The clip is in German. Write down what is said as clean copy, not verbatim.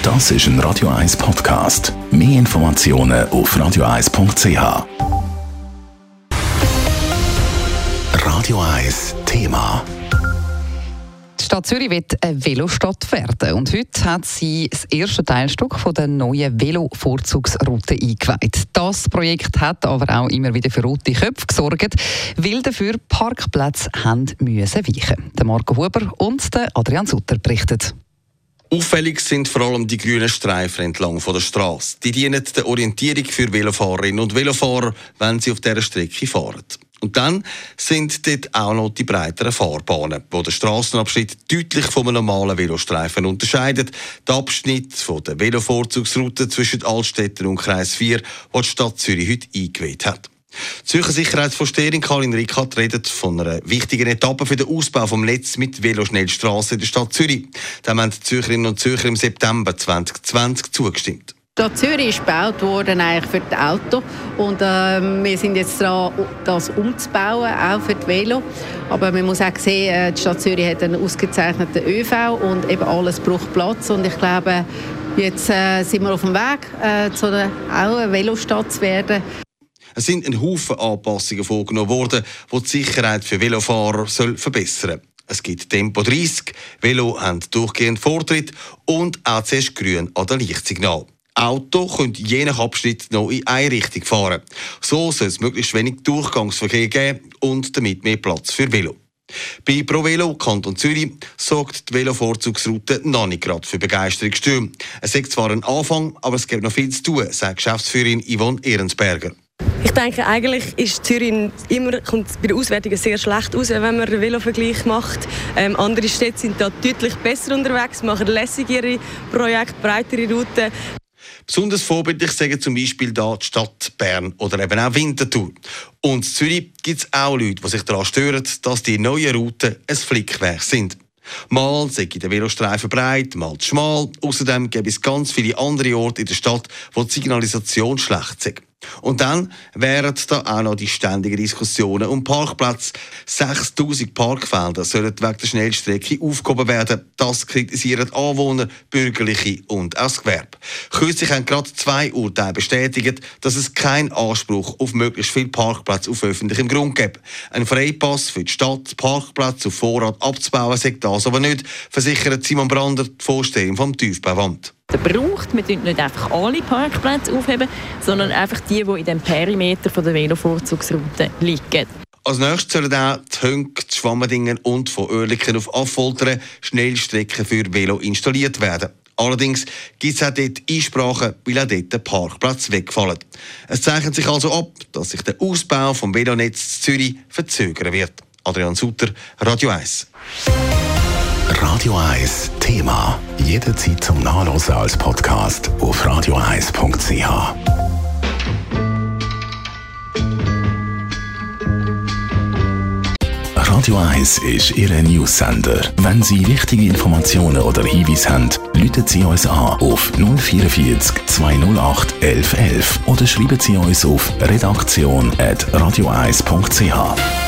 Das ist ein Radio 1 Podcast. Mehr Informationen auf radio1.ch. Radio 1 Thema. Die Stadt Zürich wird eine Velostadt werden und heute hat sie das erste Teilstück von der neuen Velo-Vorzugsroute eingeweiht. Das Projekt hat aber auch immer wieder für rote Köpfe gesorgt, weil dafür Parkplätze haben müssen weichen. Der Marco Huber und der Adrian Sutter berichten. Auffällig sind vor allem die grünen Streifen entlang der Straße. Die dienen der Orientierung für Velofahrerinnen und Velofahrer, wenn sie auf dieser Strecke fahren. Und dann sind dort auch noch die breiteren Fahrbahnen, die den Strassenabschnitt deutlich vom normalen Velostreifen unterscheiden. Der Abschnitt von der Velovorzugsroute zwischen Altstetten und Kreis 4, die die Stadt Zürich heute eingeweiht hat. Die Zürcher Sicherheitsvorsteherin Karin Rickard redet von einer wichtigen Etappe für den Ausbau des Netzes mit Veloschnellstrassen in der Stadt Zürich. Dem haben die Zürcherinnen und Zürcher im September 2020 zugestimmt. Die Stadt Zürich ist gebaut worden eigentlich für das Auto und wir sind jetzt dran, das umzubauen, auch für die Velo. Aber man muss auch sehen, die Stadt Zürich hat einen ausgezeichneten ÖV und eben alles braucht Platz. Und ich glaube, jetzt sind wir auf dem Weg, zu einer Velostadt zu werden. Es sind ein Haufen Anpassungen vorgenommen worden, die die Sicherheit für Velofahrer verbessern soll. Es gibt Tempo 30, Velo haben durchgehend Vortritt und auch zuerst grün an der Lichtsignal. Auto können je nach Abschnitt noch in eine Richtung fahren. So soll es möglichst wenig Durchgangsverkehr geben und damit mehr Platz für Velo. Bei ProVelo Kanton Zürich sorgt die Velo-Vorzugsroute noch nicht gerade für Begeisterungsstürme. Es ist zwar ein Anfang, aber es gibt noch viel zu tun, sagt Geschäftsführerin Yvonne Ehrensberger. Ich denke, eigentlich ist Zürich kommt bei den Auswertungen sehr schlecht aus, wenn man einen Velovergleich macht. Andere Städte sind da deutlich besser unterwegs, machen lässigere Projekte, breitere Routen. Besonders vorbildlich sagen zum Beispiel da die Stadt Bern oder eben auch Winterthur. Und in Zürich gibt es auch Leute, die sich daran stören, dass die neuen Routen ein Flickwerk sind. Mal sei der Velostreifen breit, mal zu schmal. Außerdem gibt es ganz viele andere Orte in der Stadt, wo die Signalisation schlecht ist. Und dann wären da auch noch die ständigen Diskussionen um Parkplätze. 6000 Parkfelder sollen wegen der Schnellstrecke aufgehoben werden. Das kritisieren Anwohner, Bürgerliche und auch das Gewerbe. Kürzlich haben gerade 2 Urteile bestätigt, dass es keinen Anspruch auf möglichst viele Parkplätze auf öffentlichem Grund gibt. Ein Freipass für die Stadt, Parkplätze auf Vorrat abzubauen, sagt das aber nicht, versichert Simon Brander, die Vorsteherin vom Tiefbauamt. Braucht. Wir tun nicht einfach alle Parkplätze aufheben, sondern einfach die in dem Perimeter der Velo-Vorzugsroute liegen. Als nächstes sollen auch die Hönk, die Schwammendingen und von Oerlikon auf Affoltern Schnellstrecken für Velo installiert werden. Allerdings gibt es auch dort Einsprachen, weil auch dort der Parkplatz wegfallen. Es zeichnet sich also ab, dass sich der Ausbau des Velonetzes Zürich verzögern wird. Adrian Sutter, Radio 1. Radio 1 Thema. Jederzeit zum Nachlesen als Podcast auf radio1.ch. Radio 1 ist Ihr News-Sender. Wenn Sie wichtige Informationen oder Hinweise haben, rufen Sie uns an auf 044 208 1111 oder schreiben Sie uns auf redaktion@radio1.ch.